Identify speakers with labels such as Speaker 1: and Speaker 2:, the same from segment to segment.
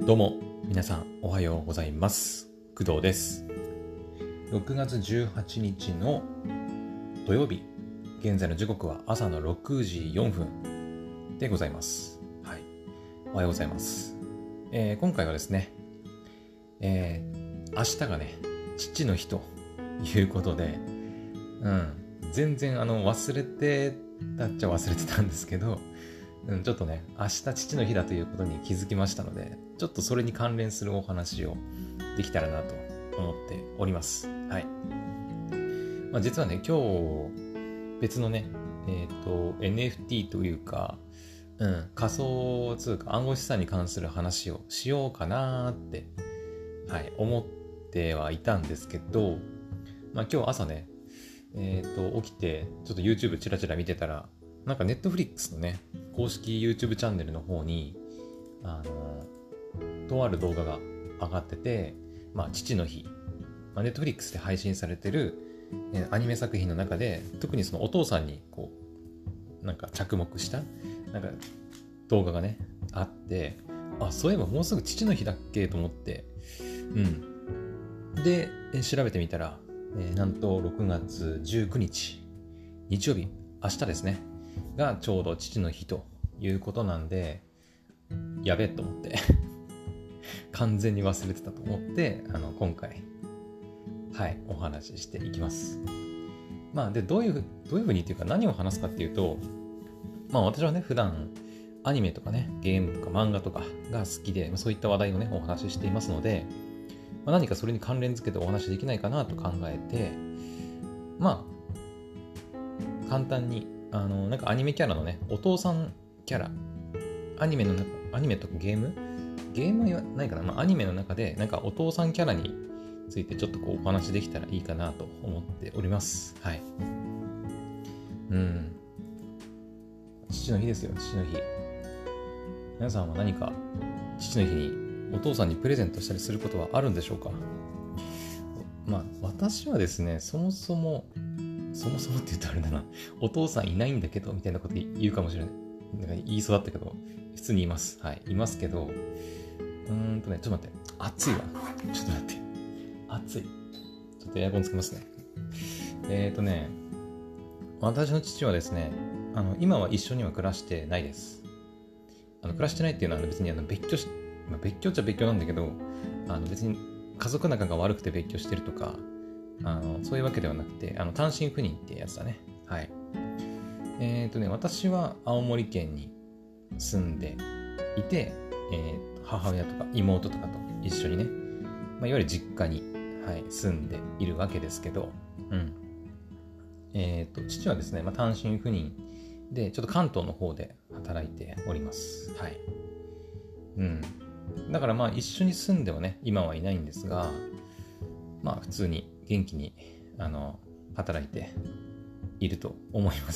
Speaker 1: どうも皆さんおはようございます。工藤です。6月18日の土曜日、現在の時刻は朝の6時4分でございます。はい、おはようございます。今回はですね、明日がね父の日ということで、全然忘れてたっちゃ忘れてたんですけど、ちょっとね、明日父の日だということに気づきましたので、ちょっとそれに関連するお話をできたらなと思っております。はい。実はね、今日、別のね、NFT というか、仮想通貨、暗号資産に関する話をしようかなーって、思ってはいたんですけど、今日朝ね、起きて、ちょっと YouTube チラチラ見てたら、なんか Netflix のね、公式 YouTube チャンネルの方に、とある動画が上がってて、父の日、Netflix で配信されてる、アニメ作品の中で、特にそのお父さんにこう、なんか着目した、なんか動画がね、あって、そういえばもうすぐ父の日だっけと思って、で、調べてみたら、なんと6月19日、日曜日、明日ですね、がちょうど父の日ということなんで、やべえと思って完全に忘れてたと思って今回お話ししていきます。でどういうふうにっていうか何を話すかっていうと、私はね普段アニメとかねゲームとか漫画とかが好きで、そういった話題をねお話ししていますので、何かそれに関連付けてお話できないかなと考えて、簡単になんかアニメキャラのねお父さんキャラ、アニメとかゲームはないかな、アニメの中でなんかお父さんキャラについてちょっとこうお話できたらいいかなと思っております。はい。父の日ですよ、父の日。皆さんは何か父の日にお父さんにプレゼントしたりすることはあるんでしょうか？私はですね、そもそもって言うとあれだな、お父さんいないんだけどみたいなこと言うかもしれない。なんか言いそうだったけど、普通にいます。いますけど、ちょっと待って、暑いわ。ちょっと待って、暑い。ちょっとエアコンつけますね。私の父はですね、今は一緒には暮らしてないです。暮らしてないっていうのは別に別居っちゃ別居なんだけど、別に家族仲が悪くて別居してるとか、そういうわけではなくて、単身赴任ってやつだね。はい。私は青森県に住んでいて、母親とか妹とかと一緒にね、いわゆる実家に、住んでいるわけですけど、父はですね、単身赴任で、ちょっと関東の方で働いております。はい。だから一緒に住んではね、今はいないんですが、普通に元気に働いていると思います。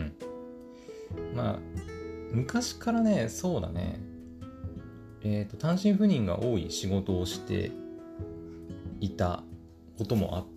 Speaker 1: 昔からね、そうだね、単身赴任が多い仕事をしていたこともあって、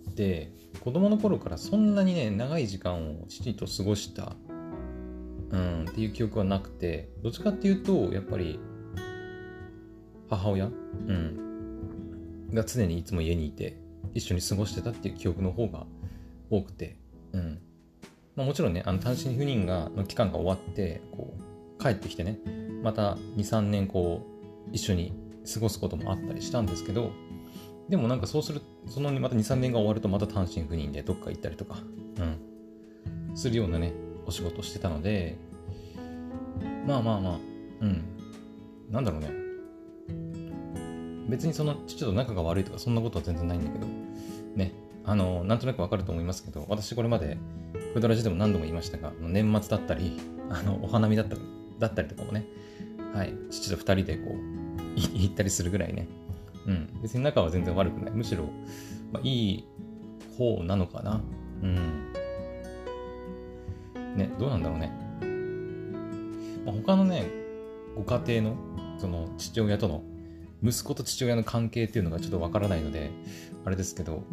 Speaker 1: 子供の頃からそんなにね長い時間を父と過ごしたっていう記憶はなくて、どっちかっていうとやっぱり母親が常にいつも家にいて一緒に過ごしてたっていう記憶の方が多くて、もちろんね単身赴任の期間が終わってこう帰ってきてね、また 2,3 年こう一緒に過ごすこともあったりしたんですけど、でもなんかそうするそのまた 2,3 年が終わるとまた単身赴任でどっか行ったりとかするようなねお仕事をしてたので、なんだろうね、別にその父と仲が悪いとかそんなことは全然ないんだけどね、なんとなくわかると思いますけど、私これまでクドラジでも何度も言いましたが、年末だったりお花見だったりとかもね、父と2人でこう行ったりするぐらいね、別に仲は全然悪くない、むしろ、いい方なのかな。ね、どうなんだろうね。他のねご家庭のその父親との息子と父親の関係っていうのがちょっとわからないのであれですけど、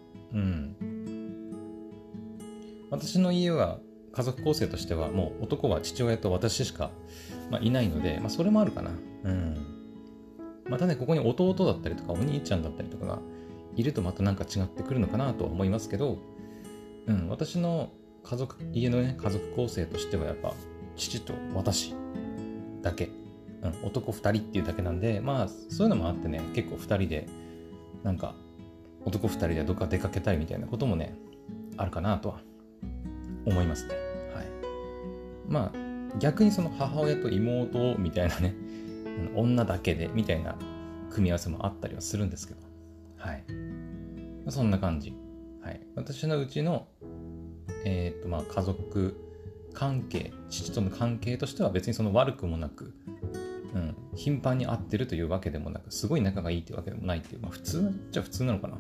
Speaker 1: 私の家は家族構成としてはもう男は父親と私しか、いないので、それもあるかな。 またね、ここに弟だったりとかお兄ちゃんだったりとかがいるとまたなんか違ってくるのかなとは思いますけど、私の家のね、家族構成としてはやっぱ父と私だけ、男2人っていうだけなんで、まあそういうのもあってね、結構2人でなんか男2人でどっか出かけたいみたいなこともねあるかなとは思いますね。はい。まあ逆にその母親と妹みたいなね、女だけでみたいな組み合わせもあったりはするんですけど、はい。そんな感じ。はい。私のうちのまあ家族関係、父との関係としては別にその悪くもなく、頻繁に会ってるというわけでもなく、すごい仲がいいというわけでもないっていう、まあ普通じゃ普通なのかな。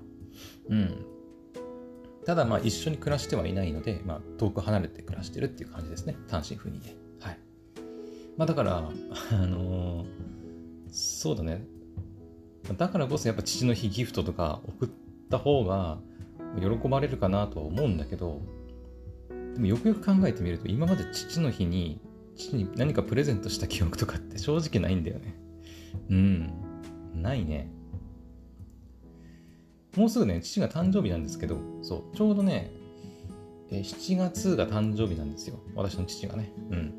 Speaker 1: ただまあ一緒に暮らしてはいないので、まあ遠く離れて暮らしてるっていう感じですね。単身赴任で。はい。まあだから、そうだね。だからこそやっぱ父の日ギフトとか送った方が喜ばれるかなとは思うんだけど、でもよくよく考えてみると、今まで父に何かプレゼントした記憶とかって正直ないんだよね。ないね。もうすぐね、父が誕生日なんですけど、そう、ちょうどね、7月が誕生日なんですよ。私の父がね。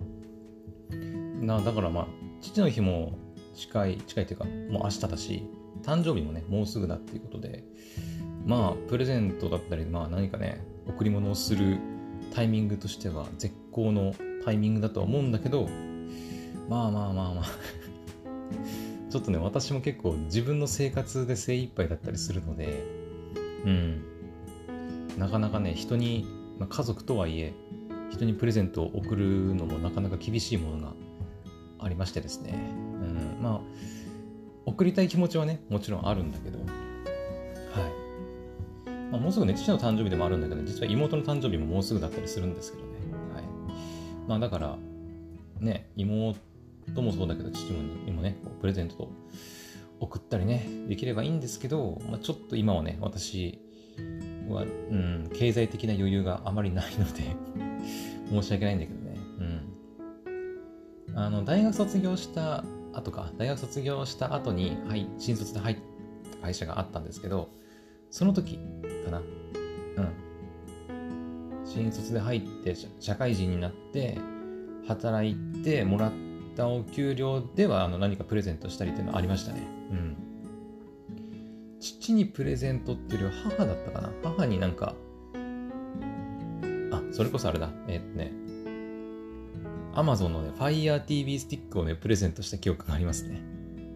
Speaker 1: だからまあ、父の日も近いというか、もう明日だし、誕生日もね、もうすぐだっていうことで、まあ、プレゼントだったり、まあ何かね、贈り物をするタイミングとしては絶好のタイミングだとは思うんだけど、まあちょっとね、私も結構自分の生活で精一杯だったりするので、なかなかね、人に、家族とはいえ人にプレゼントを贈るのもなかなか厳しいものがありましてですね、まあ贈りたい気持ちはねもちろんあるんだけど、はい、もうすぐね父の誕生日でもあるんだけど、実は妹の誕生日ももうすぐだったりするんですけどね、はい、まあだからね、妹もそうだけど父にもねプレゼントと送ったりねできればいいんですけど、ちょっと今はね私は、経済的な余裕があまりないので申し訳ないんだけどね、大学卒業した後に、新卒で入った会社があったんですけど、その時かな、新卒で入って社会人になって働いてもらったお給料では何かプレゼントしたりっていうのはありましたね。父にプレゼントっていうよりは母だったかな。母になんかそれこそあれだ。Amazon のね、Fire TV スティックをね、プレゼントした記憶がありますね。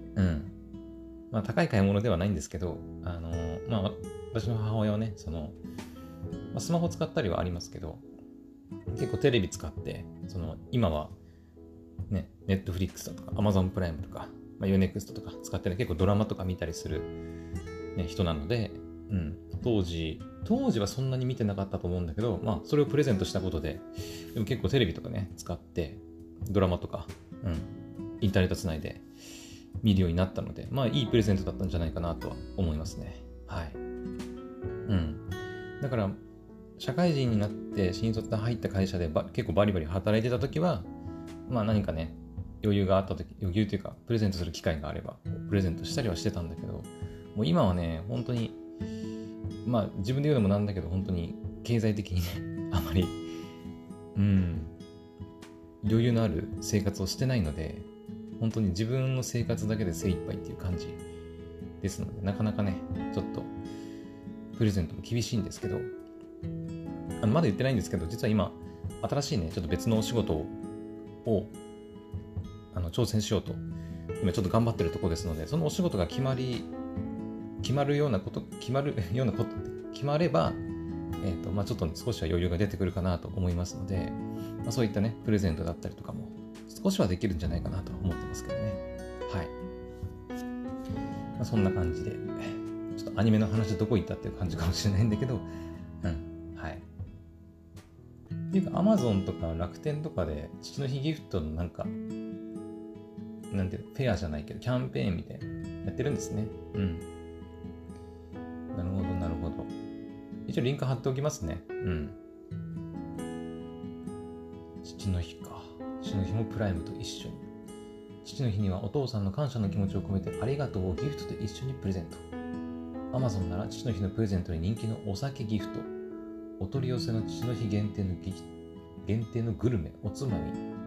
Speaker 1: 高い買い物ではないんですけど、私の母親はね、スマホ使ったりはありますけど、結構テレビ使って、今は、ね、Netflix だとか、Amazon プライムとか、Unext とか使ってね、結構ドラマとか見たりする、人なので、当時はそんなに見てなかったと思うんだけど、それをプレゼントしたことで、でも結構テレビとかね、使って、ドラマとか、インターネットつないで見るようになったので、いいプレゼントだったんじゃないかなとは思いますね。はい。だから、社会人になって新卒で入った会社で結構バリバリ働いてた時は、何かね、余裕というか、プレゼントする機会があれば、プレゼントしたりはしてたんだけど、もう今はね、本当に、自分で言うのもなんだけど、本当に経済的にね、あまり、余裕のある生活をしてないので、本当に自分の生活だけで精一杯っていう感じですので、なかなかね、ちょっと、プレゼントも厳しいんですけど、まだ言ってないんですけど、実は今、新しいね、ちょっと別のお仕事を、挑戦しようと、今ちょっと頑張ってるところですので、そのお仕事が決まれば、ちょっと少しは余裕が出てくるかなと思いますので、そういったね、プレゼントだったりとかも少しはできるんじゃないかなと思ってますけどね。はい。そんな感じで、ちょっとアニメの話どこ行ったっていう感じかもしれないんだけど、はい。っていうか、Amazon とか楽天とかで、父の日ギフトのなんていうフェアじゃないけど、キャンペーンみたいなやってるんですね。なるほど。一応リンク貼っておきますね。父の日か。父の日もプライムと一緒に。 父の日にはお父さんの感謝の気持ちを込めてありがとうをギフトと一緒にプレゼント。Amazon なら父の日のプレゼントに人気のお酒ギフト、お取り寄せの父の日限定のグルメ、おつま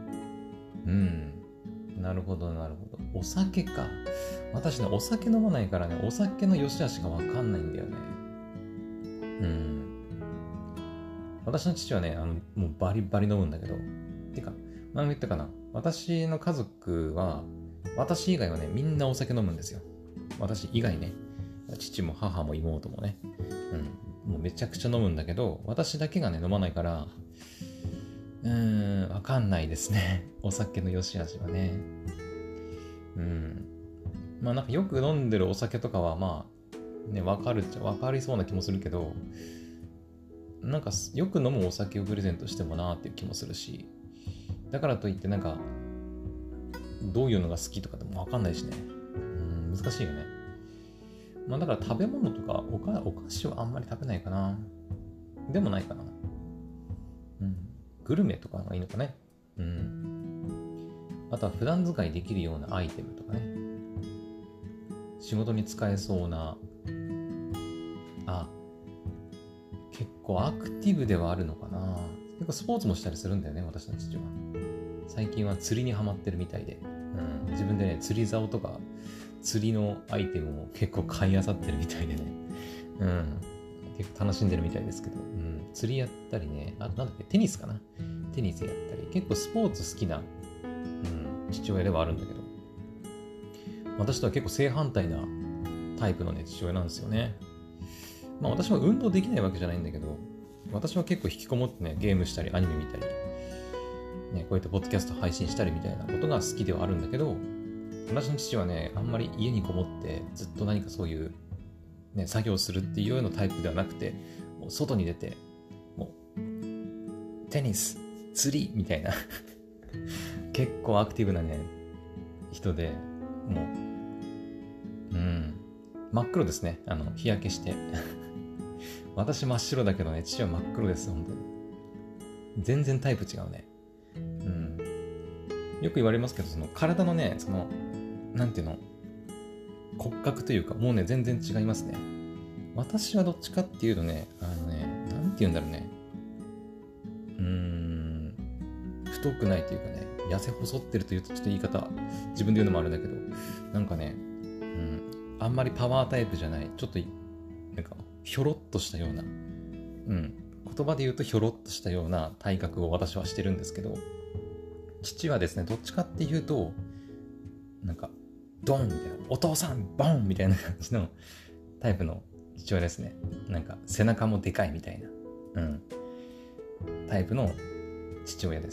Speaker 1: み。なるほどなるほど。お酒か。私ね、お酒飲まないからね、お酒の良し悪しがわかんないんだよね。私の父はね、もうバリバリ飲むんだけど、てか、前も言ったかな。私の家族は、私以外はね、みんなお酒飲むんですよ。私以外ね。父も母も妹もね。もうめちゃくちゃ飲むんだけど、私だけがね、飲まないから、わかんないですね。お酒の良し悪しはね。まあなんかよく飲んでるお酒とかはまあ、ね、わかりそうな気もするけど、なんかよく飲むお酒をプレゼントしてもなーっていう気もするし、だからといってなんか、どういうのが好きとかでもわかんないしね。難しいよね。まあだから食べ物とかお菓子はあんまり食べないかな。でもないかな。グルメとかがいいのかね。あとは普段使いできるようなアイテムとかね。仕事に使えそうな、結構アクティブではあるのかな。結構スポーツもしたりするんだよね、私の父は。最近は釣りにハマってるみたいで。自分でね、釣り竿とか、釣りのアイテムも結構買い漁ってるみたいでね。結構楽しんでるみたいですけど。釣りやったりね、あとなんだっけ、テニスかな。テニスやったり、結構スポーツ好きな、父親ではあるんだけど、私とは結構正反対なタイプのね、父親なんですよね。まあ私は運動できないわけじゃないんだけど、私は結構引きこもってね、ゲームしたり、アニメ見たり、ね、こうやってポッドキャスト配信したりみたいなことが好きではあるんだけど、私の父はね、あんまり家にこもってずっと何かそういう、ね、作業するっていうようなタイプではなくて、もう外に出て、もうテニス、釣りみたいな結構アクティブなね、人で、もう、真っ黒ですね。日焼けして私真っ白だけどね、父は真っ黒です、本当に。全然タイプ違うね。よく言われますけど、その体のね、なんていうの、骨格というか、もうね、全然違いますね。私はどっちかっていうとね、なんて言うんだろうね。太くないというかね、痩せ細ってるというとちょっと言い方、自分で言うのもあるんだけど、なんかね、あんまりパワータイプじゃない、ちょっと、なんか、ひょろっとしたような、言葉で言うとひょろっとしたような体格を私はしてるんですけど、父はですね、どっちかっていうと、なんか、ドンみたいな、お父さん、ボンみたいな感じのタイプの父親ですね。なんか、背中もでかいみたいな、タイプの父親です。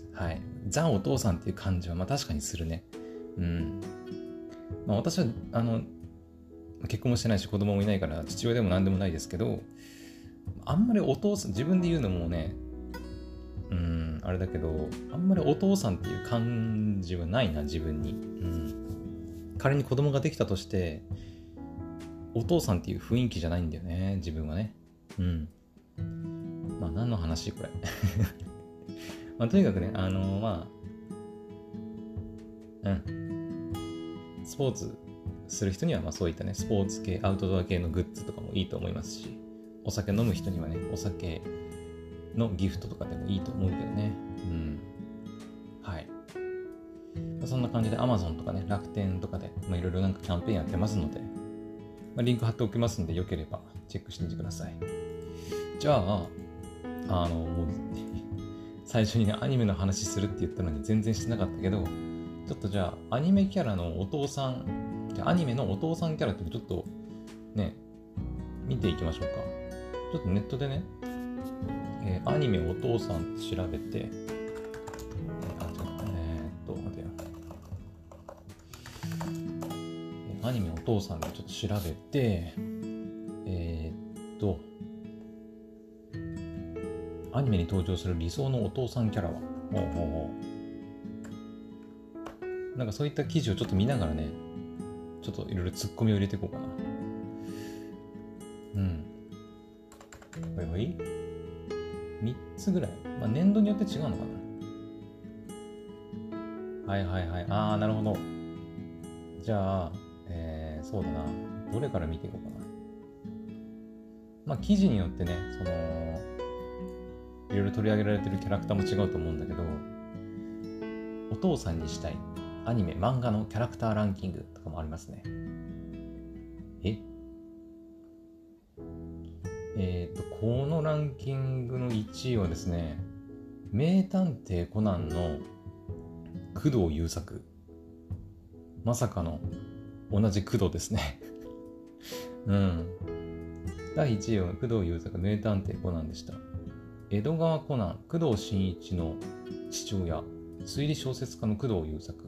Speaker 1: はい。ザお父さんっていう感じは、まあ確かにするね。まあ私は、結婚もしてないし子供もいないから父親でも何でもないですけど、あんまりお父さん、自分で言うのもね、あれだけど、あんまりお父さんっていう感じはないな、自分に。仮に子供ができたとして、お父さんっていう雰囲気じゃないんだよね、自分はね。まあ何の話これ。まあとにかくね、スポーツする人にはまあそういったね、スポーツ系、アウトドア系のグッズとかもいいと思いますし、お酒飲む人にはね、お酒のギフトとかでもいいと思うけどね。はい。そんな感じで Amazon とかね、楽天とかでいろいろなんかキャンペーンやってますので、リンク貼っておきますので、よければチェックしてみてください。じゃあ、もう最初にね、アニメの話するって言ったのに全然してなかったけど、ちょっとじゃあ、アニメキャラのお父さん、アニメのお父さんキャラってちょっとね、見ていきましょうか。ちょっとネットでね、アニメお父さんって調べて、待てよ。アニメお父さんでちょっと調べて、アニメに登場する理想のお父さんキャラは、なんかそういった記事をちょっと見ながらね、ちょっといろいろツッコミを入れていこうかな。ほい3つぐらい。まあ、年度によって違うのかな。 はいはいはい。ああ、なるほど。じゃあ、そうだな。どれから見ていこうかな。まあ、記事によってね、いろいろ取り上げられてるキャラクターも違うと思うんだけど、お父さんにしたいアニメ、漫画のキャラクターランキングとかもありますね。このランキングの1位はですね、名探偵コナンの工藤優作。まさかの同じ工藤ですね。うん。第1位は工藤優作、名探偵コナンでした。江戸川コナン、工藤新一の父親、推理小説家の工藤優作。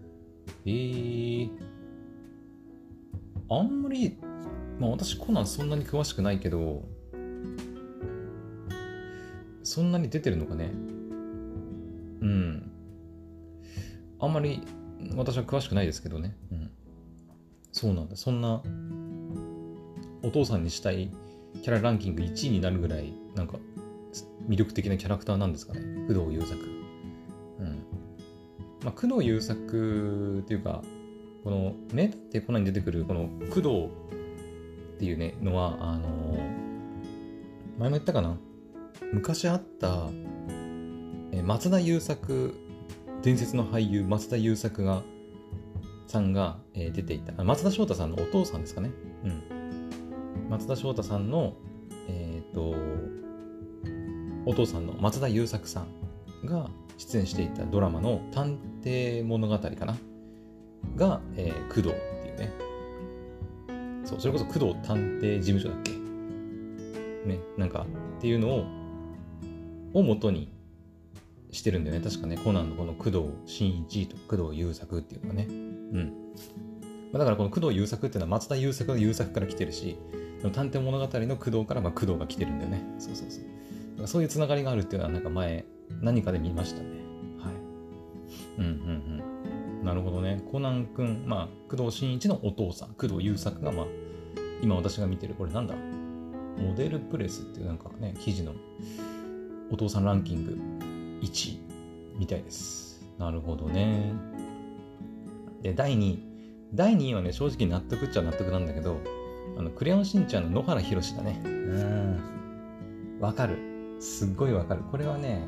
Speaker 1: あんまり、まあ私コナンそんなに詳しくないけど、そんなに出てるのかね。うん。あんまり私は詳しくないですけどね。うん。そうなんだ。そんなお父さんにしたいキャラランキング1位になるぐらい、なんか魅力的なキャラクターなんですかね。工藤優作。うん。まあ、工藤優作っていうか、この名探偵コナンに出てくるこの工藤っていうね、のは、前も言ったかな。昔あった、松田優作、伝説の俳優松田優作さんが、出ていた、松田翔太さんのお父さんですかね。うん。松田翔太さんの、お父さんの松田優作さんが出演していたドラマの探偵物語かなが、工藤っていうね。そう、それこそ工藤探偵事務所だっけね、なんかっていうのを元にしてるんだよね。確かね、コナンのこの工藤新一と工藤優作っていうのがね。うん。だからこの工藤優作っていうのは松田優作の優作から来てるし、探偵物語の工藤から工藤が来てるんだよね。そうそうそう。だからそういうつながりがあるっていうのはなんか前何かで見ましたね。はい。うんうんうん。なるほどね。コナンくん、まあ工藤新一のお父さん、工藤優作がまあ今私が見てるこれなんだモデルプレスっていうなんかね記事のお父さんランキング1位みたいです。なるほどね。で第2位はね正直納得っちゃ納得なんだけど、クレヨンしんちゃんの野原ひろしだね。わかる。すっごいわかる。これはね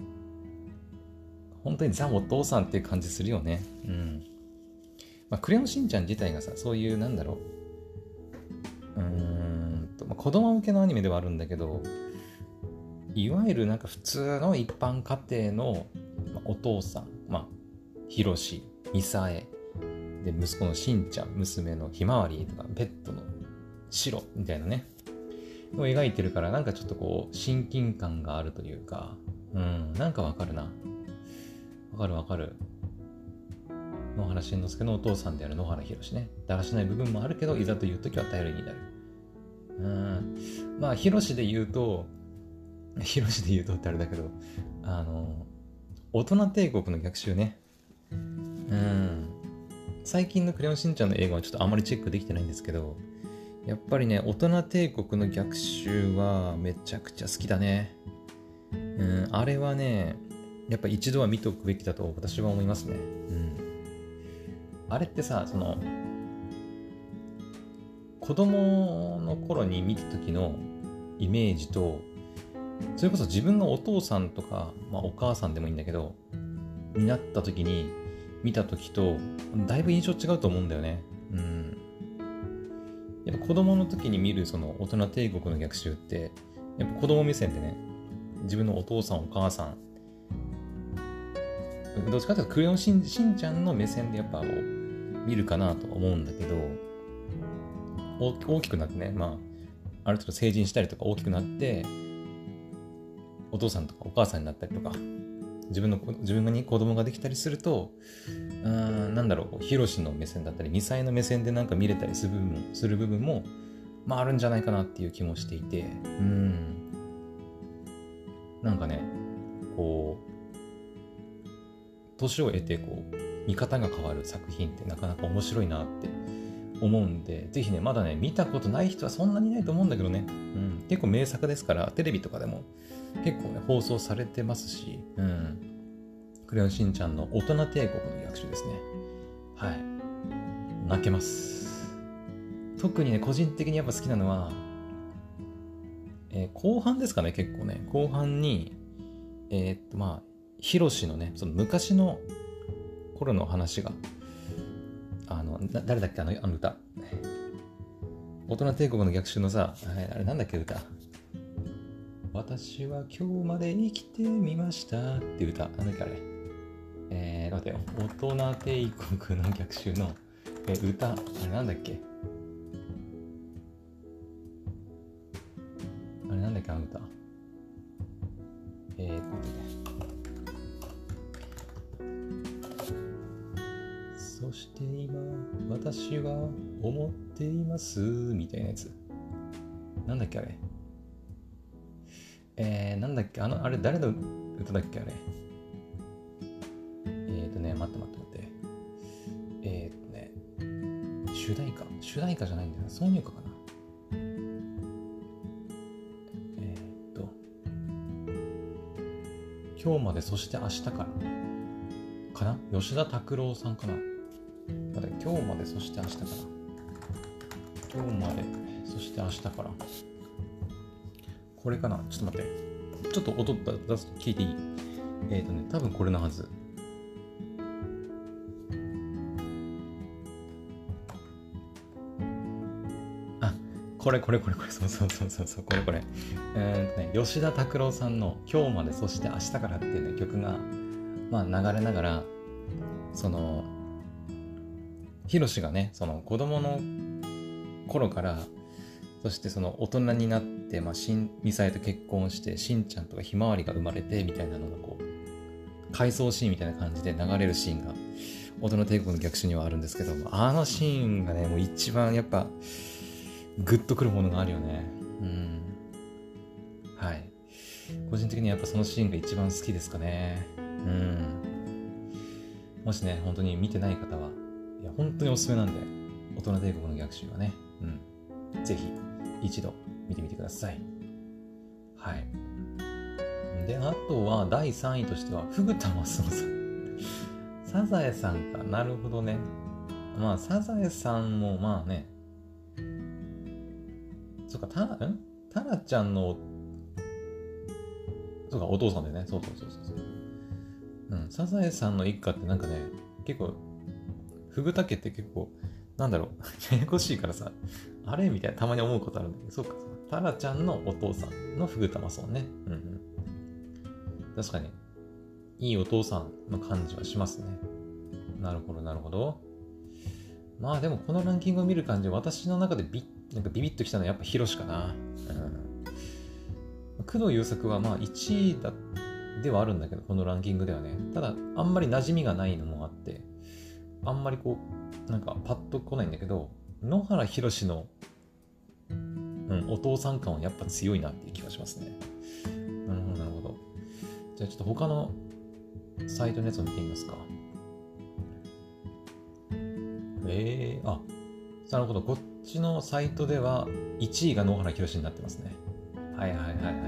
Speaker 1: 本当にザお父さんっていう感じするよね。うん。まあ、クレヨンしんちゃん自体がさ、そういうなんだろう。まあ、子供向けのアニメではあるんだけど、いわゆるなんか普通の一般家庭の、まあ、お父さん、まあ、ひろし、みさえ、で、息子のしんちゃん、娘のひまわりとか、ペットのシロみたいなね、を描いてるから、なんかちょっとこう、親近感があるというか、なんかわかるな。わかる。野原しんのすけのお父さんである野原ひろしね。だらしない部分もあるけど、いざという時は頼りになる。まあ、ひろしで言うとってあれだけど、大人帝国の逆襲ね。最近のクレヨンしんちゃんの映画はちょっとあまりチェックできてないんですけど、やっぱりね、大人帝国の逆襲はめちゃくちゃ好きだね。あれはね、やっぱ一度は見ておくべきだと私は思いますね。あれってさ、子供の頃に見た時のイメージと、それこそ自分がお父さんとか、まあ、お母さんでもいいんだけど、になった時に見た時とだいぶ印象違うと思うんだよね。やっぱ子供の時に見るその大人帝国の逆襲ってやっぱ子供目線でね、自分のお父さんお母さん、どっちかというとクレヨンしんちゃんの目線でやっぱ見るかなと思うんだけど、大きくなってね、まあある程度成人したりとか大きくなってお父さんとかお母さんになったりとか、自分に子供ができたりすると、なんだろう、ヒロシの目線だったり、ミサイの目線でなんか見れたりする部分も、まああるんじゃないかなっていう気もしていて、なんかね、こう、年を得てこう、見方が変わる作品ってなかなか面白いなって思うんで、ぜひね、まだね、見たことない人はそんなにいないと思うんだけどね、結構名作ですから、テレビとかでも結構ね、放送されてますし、 クレヨンしんちゃんの大人帝国の逆襲ですね。はい。泣けます。特にね、個人的にやっぱ好きなのは、後半ですかね、結構ね。後半に、ヒロシのね、その昔の頃の話が、誰だっけ、あの歌。大人帝国の逆襲のさ、あれなんだっけ、歌。私は今日まで生きてみましたって歌。なんだっけあれ。待てよ。大人帝国の逆襲の、歌。あれなんだっけ。あれなんだっけあの歌。そして今、私は思っていますみたいなやつ。なんだっけあれ。なんだっけあれ誰の歌だっけあれ。待って。主題歌じゃないんだよな。挿入歌かな。今日までそして明日からかな。吉田拓郎さんかな。今日までそして明日から。今日までそして明日から。これかな。ちょっと待って。ちょっと音出すと聞いていい？多分これのはず。これ。そう、これ。吉田拓郎さんの今日までそして明日からっていうね、曲が、流れながら、ヒロシがね、その子供の頃から、そしてその大人になって、ミサイと結婚して、しんちゃんとかひまわりが生まれて、みたいなのがこう、回想シーンみたいな感じで流れるシーンが、大人帝国の逆襲にはあるんですけども、あのシーンがね、もう一番やっぱ、グッとくるものがあるよね。はい。個人的にはやっぱそのシーンが一番好きですかね。もしね、本当に見てない方は、いや、本当におすすめなんで、大人帝国の逆襲はね、ぜひ一度見てみてください。はい。で、あとは第3位としては、フグ田マスオさん。サザエさんか。なるほどね。サザエさんもそうか、タラちゃんの、そうか、お父さんでね。そう。サザエさんの一家ってなんかね、結構、フグタ家って結構、ややこしいからさ、あれみたいなたまに思うことあるんだけど、そうか、タラちゃんのお父さんのフグタマソンね。確かに、いいお父さんの感じはしますね。なるほど。でもこのランキングを見る感じ、私の中でビビッときたのはやっぱヒロシかな。工藤優作は1位ではあるんだけど、このランキングではね。ただ、あんまり馴染みがないのもあって、あんまりパッと来ないんだけど、野原ひろしの、お父さん感はやっぱ強いなっていう気がしますね。なるほど。じゃあちょっと他のサイトのやつを見てみますか。なるほど。こっちのサイトでは1位が野原ひろしになってますね。はい。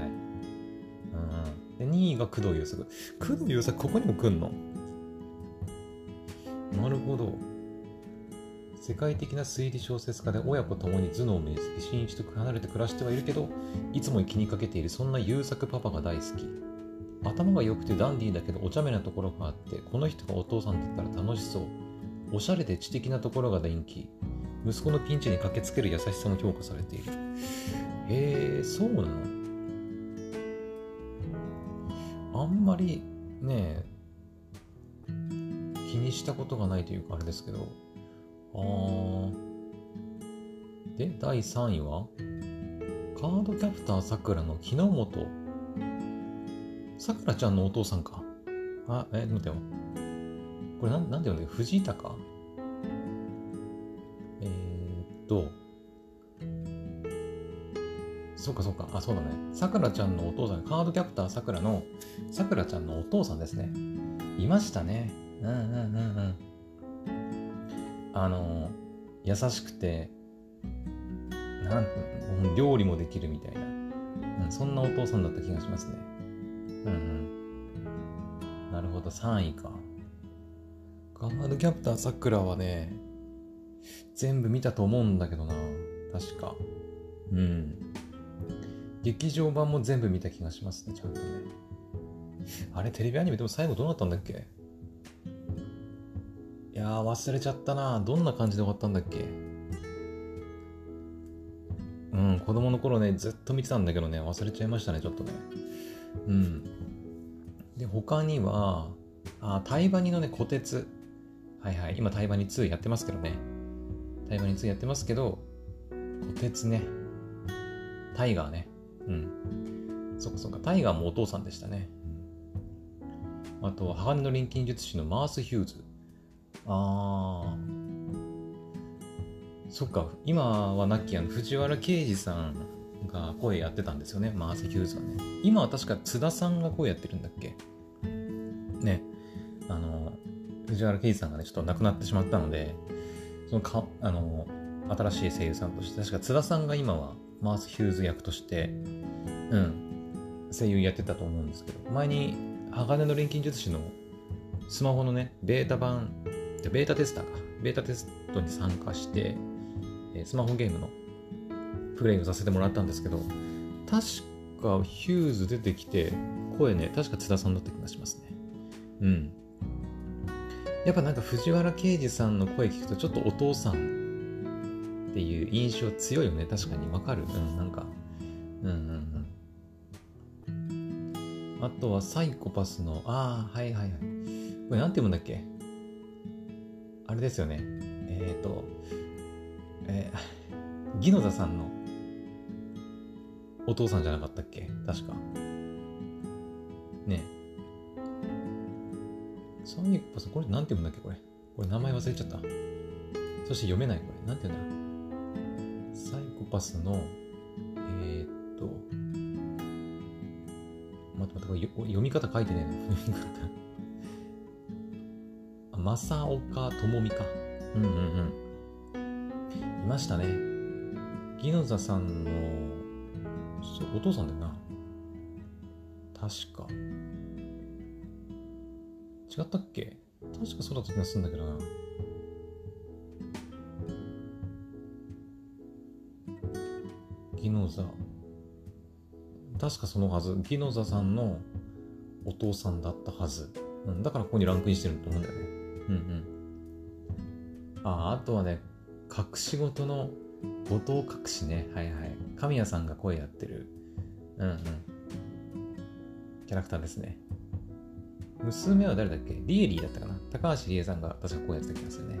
Speaker 1: で、2位が工藤優作。工藤優作ここにも来んの？なるほど。世界的な推理小説家で親子ともに頭脳明晰、親一と離れて暮らしてはいるけど、いつも気にかけているそんな優作パパが大好き。頭が良くてダンディーだけどお茶目なところがあって、この人がお父さんだったら楽しそう。おしゃれで知的なところが人気。息子のピンチに駆けつける優しさも評価されている。そうなの？あんまりね、気にしたことがないというかあれですけど。で、第3位はカードキャプターさくらの木之本さくらちゃんのお父さんか。待ってよ。これなんて読んで藤井隆？そうか。そうだね。さくらちゃんのお父さん、カードキャプターさくらのさくらちゃんのお父さんですね。いましたね。優しくて、料理もできるみたいな、そんなお父さんだった気がしますね。なるほど、3位か。カードキャプターさくらはね、全部見たと思うんだけどな。確か。うん。劇場版も全部見た気がしますね、ちゃんとね。あれ、テレビアニメでも最後どうなったんだっけ？いやー、忘れちゃったな。どんな感じで終わったんだっけ？うん、子供の頃ね、ずっと見てたんだけどね、忘れちゃいましたね、ちょっとね。うん。で、他には、タイバニのね、虎鉄。はいはい、今タイバニ2やってますけどね。タイバニ2やってますけど、虎鉄ね。タイガーね。うん。そっかそっか、タイガーもお父さんでしたね。あとは、鋼の錬金術師のマース・ヒューズ。そっか、今はなっき藤原啓治さんが声やってたんですよね、マース・ヒューズはね。今は確か津田さんが声やってるんだっけね。藤原啓治さんがね、ちょっと亡くなってしまったので、新しい声優さんとして、確か津田さんが今はマース・ヒューズ役として、声優やってたと思うんですけど、前に鋼の錬金術師のスマホのね、ベータテスターか。ベータテストに参加して、スマホゲームのプレイをさせてもらったんですけど、確かヒューズ出てきて、声ね、確か津田さんだった気がしますね。うん。やっぱなんか藤原啓治さんの声聞くとちょっとお父さんっていう印象強いよね。確かにわかる。なんか。あとはサイコパスの、はいはいはい。これなんて読むんだっけ？あれですよね。ギノザさんのお父さんじゃなかったっけ？確か。ねサイコパス、これなんて読むんだっけこれ名前忘れちゃった。そして読めないこれ。なんて読うんだサイコパスの、待って、これ読み方書いてねえな。読み方。正岡智美か。いましたね。ギノザさんの、お父さんだよな。確か。違ったっけ？確かそうだった気がするんだけどな。ギノザ。確かそのはず。ギノザさんのお父さんだったはず。だからここにランクインしてると思うんだよね。あとはね、隠し事の後藤隠しね。はいはい。神谷さんが声やってる。キャラクターですね。娘は誰だっけ？リエリーだったかな。高橋理恵さんが確か声やってた気がするね。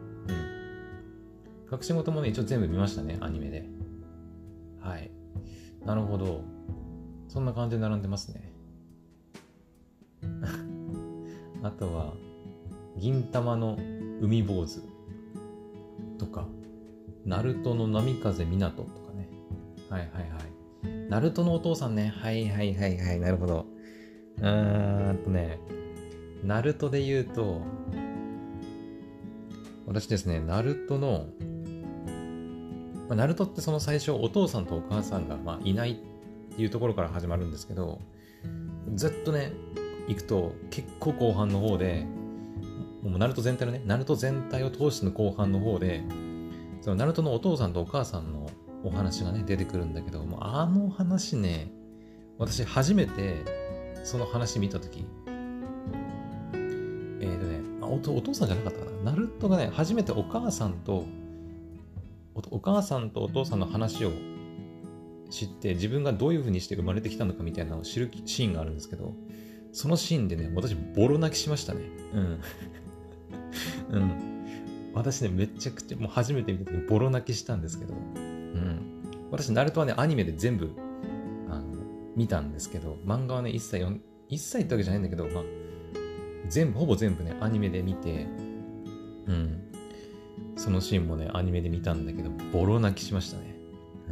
Speaker 1: 隠し事もね、一応全部見ましたね、アニメで。はい。なるほど。そんな感じで並んでますね。あとは、銀玉の海坊主とか、ナルトの波風湊とかね。はいはいはい。ナルトのお父さんね。はいはいはいはい。なるほど。ナルトで言うと、私ですね、ナルトの、ナルトってその最初お父さんとお母さんがいないっていうところから始まるんですけど、ずっとね、行くと結構後半の方で、もうナルト全体のね、ナルト全体を通しての後半の方で、そのナルトのお父さんとお母さんのお話がね、出てくるんだけど、もうあの話ね、私初めてその話見たとき、お父さんじゃなかったかな。ナルトがね、初めてお母さんとお父さんの話を知って、自分がどういう風にして生まれてきたのかみたいなのを知るシーンがあるんですけど、そのシーンでね、私ボロ泣きしましたね。私ね、めちゃくちゃ、もう初めて見た時ボロ泣きしたんですけど、私、ナルトはね、アニメで全部、見たんですけど、漫画はね、一切ってわけじゃないんだけど、ほぼ全部ね、アニメで見て、そのシーンもね、アニメで見たんだけど、ボロ泣きしましたね。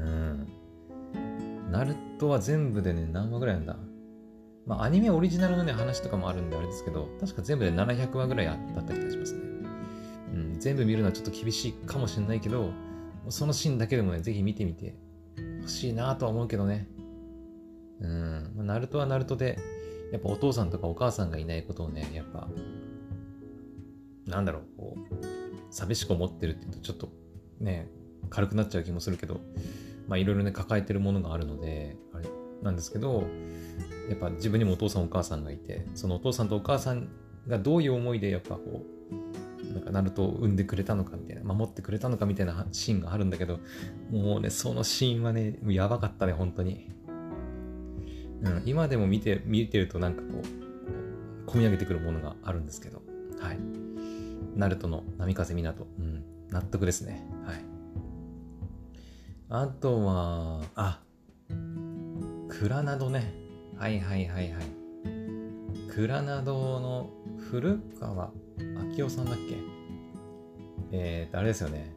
Speaker 1: ナルトは全部でね、何話ぐらいなんだ？アニメオリジナルのね、話とかもあるんであれですけど、確か全部で700話ぐらいだった気がしますね。全部見るのはちょっと厳しいかもしれないけど、そのシーンだけでもね、ぜひ見てみてほしいなとは思うけどね。ナルトはナルトでやっぱお父さんとかお母さんがいないことをね、やっぱなんだろう、こう寂しく思ってるって言うとちょっとね軽くなっちゃう気もするけど、まあいろいろね抱えてるものがあるのであれなんですけど、やっぱ自分にもお父さんお母さんがいて、そのお父さんとお母さんがどういう思いでやっぱこうなんかナルトを産んでくれたのかみたいな、守ってくれたのかみたいなシーンがあるんだけど、もうねそのシーンはねやばかったね本当に。今でも見てるとなんかこう込み上げてくるものがあるんですけど、はい。ナルトの波風湊、納得ですね。はい。あとはクラナドね。はい。クラナドの古川明夫さんだっけ？あれですよね。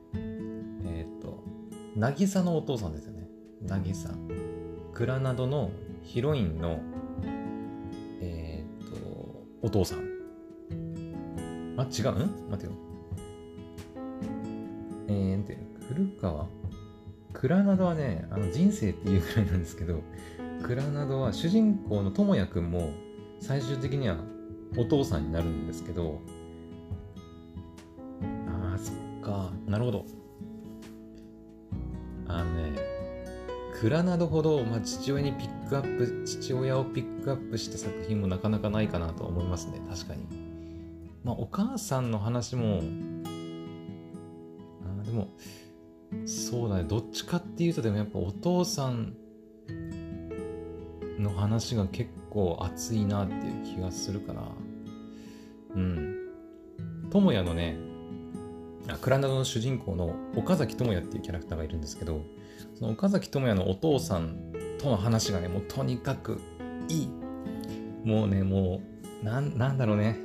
Speaker 1: 渚のお父さんですよね。渚。クラナドのヒロインのお父さん。違う？待てよ。古川クラナドはね、人生っていうくらいなんですけど、クラナドは主人公の智也くんも最終的にはお父さんになるんですけど、そっか、なるほど。クラナドほど、父親をピックアップした作品もなかなかないかなと思いますね、確かに。お母さんの話も、でも、そうだね、どっちかっていうと、でもやっぱお父さんの話が結構熱いなっていう気がするかな。智也のね、クラナドの主人公の岡崎智也っていうキャラクターがいるんですけど、その岡崎智也のお父さんとの話がね、もうとにかくいい。もうね、なんだろうね。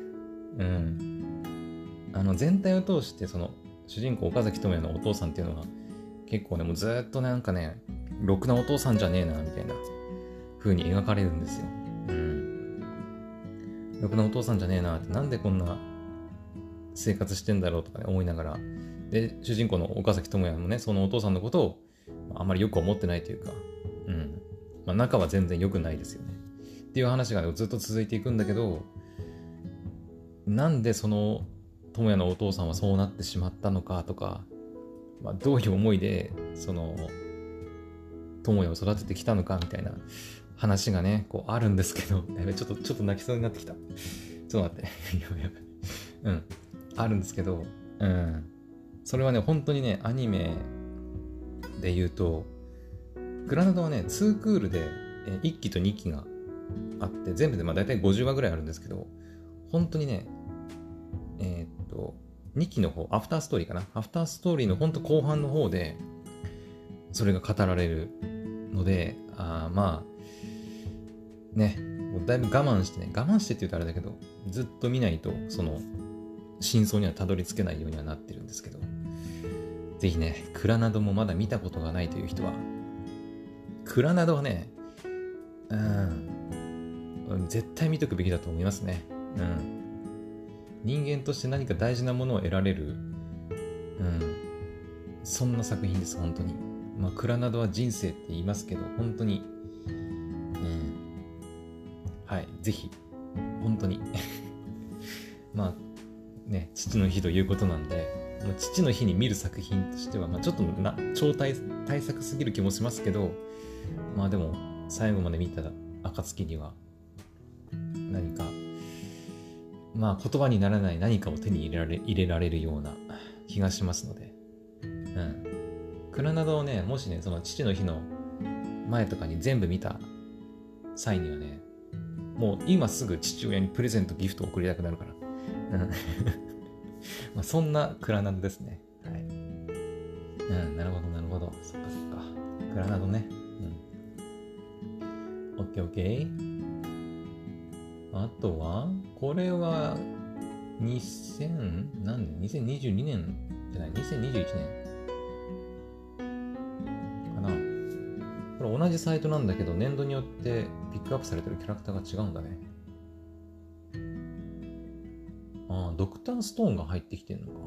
Speaker 1: 全体を通してその主人公岡崎智也のお父さんっていうのが結構ね、もうずっとなんかね、ろくなお父さんじゃねえなみたいな風に描かれるんですよ。ろくなお父さんじゃねえなって、なんでこんな生活してんだろうとかね思いながら、で主人公の岡崎智也もね、そのお父さんのことをあんまりよく思ってないというか、仲は全然良くないですよねっていう話がずっと続いていくんだけど、なんでその智也のお父さんはそうなってしまったのかとか、どういう思いでその智也を育ててきたのかみたいな話がねこうあるんですけど、ちょっと泣きそうになってきた。ちょっと待ってあるんですけど、それはね本当にねアニメで言うと、クラナドはね2クールで1期と2期があって、全部でだいたい50話ぐらいあるんですけど、本当にね2期の方、アフターストーリーかな、アフターストーリーの本当後半の方でそれが語られるので、ね、もうだいぶ我慢してって言うとあれだけど、ずっと見ないとその真相にはたどり着けないようにはなってるんですけど、ぜひねクラナドもまだ見たことがないという人は、クラナドはね絶対見とくべきだと思いますね。人間として何か大事なものを得られる、そんな作品です。本当に。クラナドは人生って言いますけど、本当に、はい、ぜひ本当に父の日ということなんで、父の日に見る作品としては、ちょっと超大作すぎる気もしますけど、でも最後まで見た暁には何か言葉にならない何かを手に入れられるような気がしますので、クラナドをね、もしねその父の日の前とかに全部見た際にはね、もう今すぐ父親にプレゼントギフトを送りたくなるからそんなクラナドですね。はい。なるほど。そっか。クラナドね。オッケー。あとは、これは2022年じゃない、2021年かな。これ同じサイトなんだけど、年度によってピックアップされてるキャラクターが違うんだね。ドクターストーンが入ってきてんの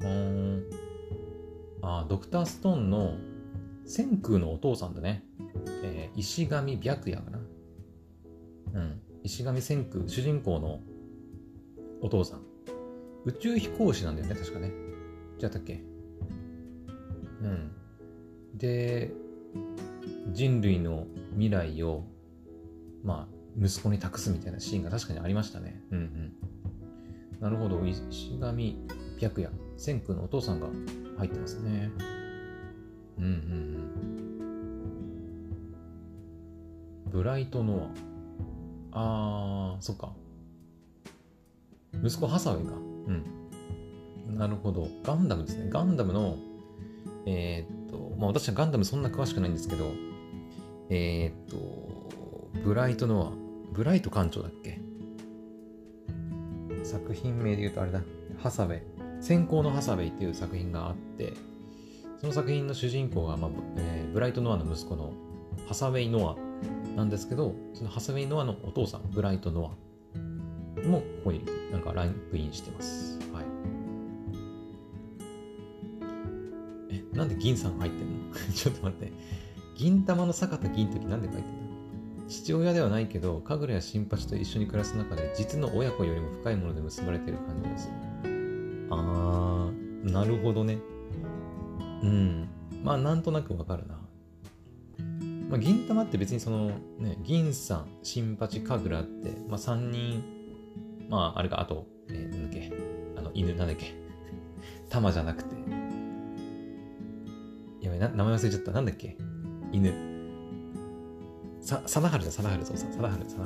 Speaker 1: か。ドクターストーンの千空のお父さんだね。石上白夜かな。 石上千空、主人公のお父さん。宇宙飛行士なんだよね、確かね。じゃあったっけ？うん。で、人類の未来を、まあ、息子に託すみたいなシーンが確かにありましたね。うんうん。なるほど。石上白夜、千空のお父さんが入ってますね。うんうんうん。ブライトノア。そっか。息子ハサウェイか。うん。なるほど。ガンダムですね。ガンダムの、まあ私はガンダムそんな詳しくないんですけど、ブライトノア、ブライト艦長だっけ？作品名で言うとあれだ、ハサウェイ、先行のハサウェイっていう作品があって、その作品の主人公が、ブライトノアの息子のハサウェイノアなんですけど、そのハサウェイノアのお父さん、ブライトノアもここになんかランクインしてます。はい。なんで銀さん入ってんの？ちょっと待って。銀玉の坂田銀時なんで書いてんの？父親ではないけど、神楽や新八と一緒に暮らす中で、実の親子よりも深いもので結ばれている感じがする。なるほどね。うん。まあ、なんとなくわかるな。まあ、銀玉って別にその、ね、銀さん、新八、神楽って、まあ、3人、まあ、あれか、あと、なんだっけ、犬、なんだっけ、玉じゃなくて、やばい、名前忘れちゃった、なんだっけ、犬。貞治だ、貞治、そうそう、貞治。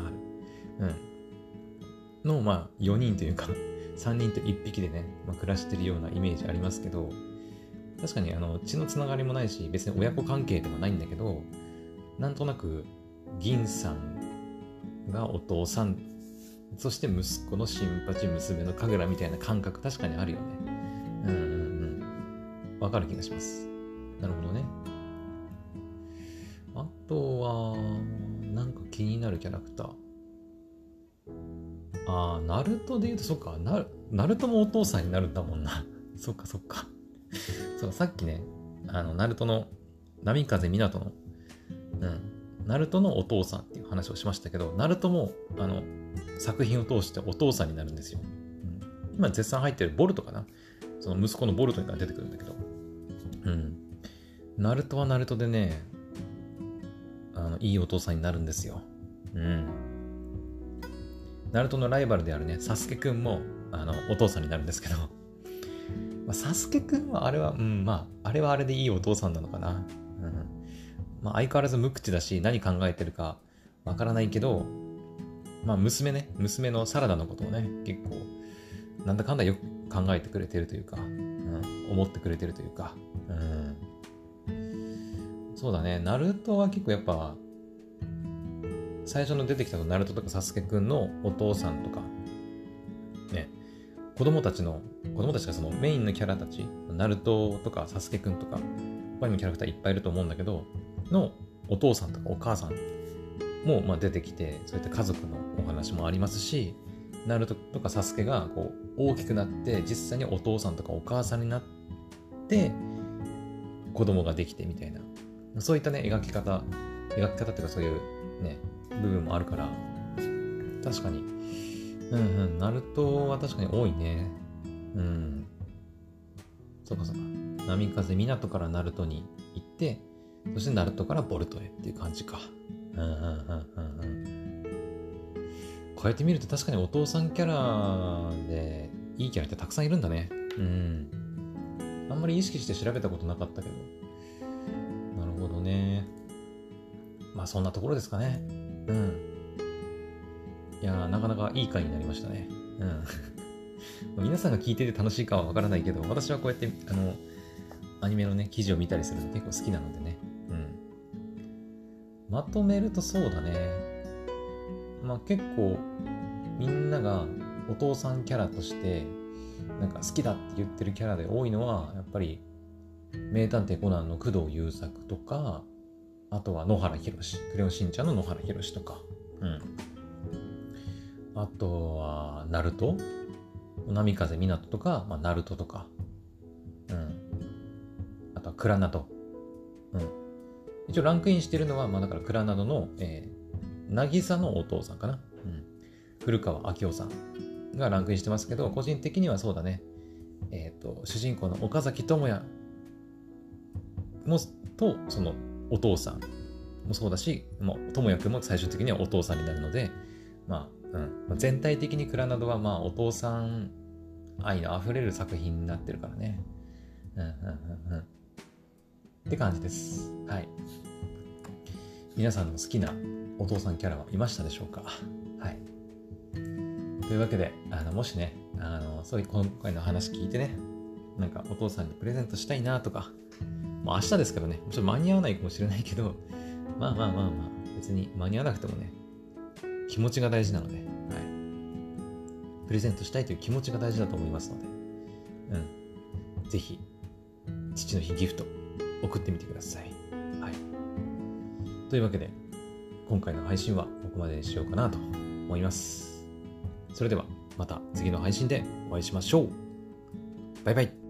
Speaker 1: うん。の、まあ、4人というか、3人と1匹でね、まあ、暮らしてるようなイメージありますけど、確かに血のつながりもないし、別に親子関係でもないんだけど、なんとなく、銀さんがお父さん、そして息子の新八、娘の神楽みたいな感覚、確かにあるよね。わかる気がします。なるほどね。あとは、なんか気になるキャラクター。ナルトで言うと、そっか、ナルトもお父さんになるんだもんな。そっか。そう、さっきね、ナルトの、波風湊の、ナルトのお父さんっていう話をしましたけど、ナルトも、作品を通してお父さんになるんですよ。今絶賛入ってるボルトかな？その息子のボルトが出てくるんだけど。ナルトはナルトでね、いいお父さんになるんですよ。ナルトのライバルであるね、サスケくんも、お父さんになるんですけど、サスケくんはあれは、あれはあれでいいお父さんなのかな。相変わらず無口だし、何考えてるかわからないけど、娘のサラダのことをね、結構、なんだかんだよく考えてくれてるというか、思ってくれてるというか、そうだね、ナルトは結構やっぱ、最初の出てきたナルトとかサスケくんのお父さんとか、ね、子供たちがそのメインのキャラたち、ナルトとかサスケくんとか、他にもキャラクターいっぱいいると思うんだけど、のお父さんとかお母さんも出てきて、そういった家族のお話もありますし、ナルトとかサスケがこう大きくなって、実際にお父さんとかお母さんになって、子供ができてみたいな、そういったね、描き方っていうかそういうね、部分もあるから、確かに、ナルトは確かに多いね。そうか。波風湊からナルトに行って、そしてナルトからボルトへっていう感じか。こうやって見ると確かにお父さんキャラでいいキャラってたくさんいるんだね。あんまり意識して調べたことなかったけど。なるほどね。そんなところですかね。いやー、なかなかいい回になりましたね。皆さんが聞いてて楽しいかはわからないけど、私はこうやってアニメのね、記事を見たりするの結構好きなのでね。まとめるとそうだね。結構みんながお父さんキャラとしてなんか好きだって言ってるキャラで多いのはやっぱり名探偵コナンの工藤優作とか、あとは野原ひろし、クレヨンしんちゃんの野原ひろしとか、あとはナルト、波風湊とか、ナルトとか、あとはクラナド、一応ランクインしてるのは、だからクラナドの、渚のお父さんかな、 古川明夫さんがランクインしてますけど、個人的にはそうだね、主人公の岡崎智也とそのお父さんもそうだし、智也くんも最終的にはお父さんになるので、全体的にクラナドはお父さん愛のあふれる作品になってるからね。って感じです。はい。皆さんの好きなお父さんキャラはいましたでしょうか。はい。というわけで、もしね、そういう今回の話聞いてね、なんかお父さんにプレゼントしたいなとか、明日ですからね、ちょっと間に合わないかもしれないけど、別に間に合わなくてもね、気持ちが大事なので、はい。プレゼントしたいという気持ちが大事だと思いますので、ぜひ、父の日ギフト送ってみてください。はい。というわけで、今回の配信はここまでにしようかなと思います。それでは、また次の配信でお会いしましょう。バイバイ。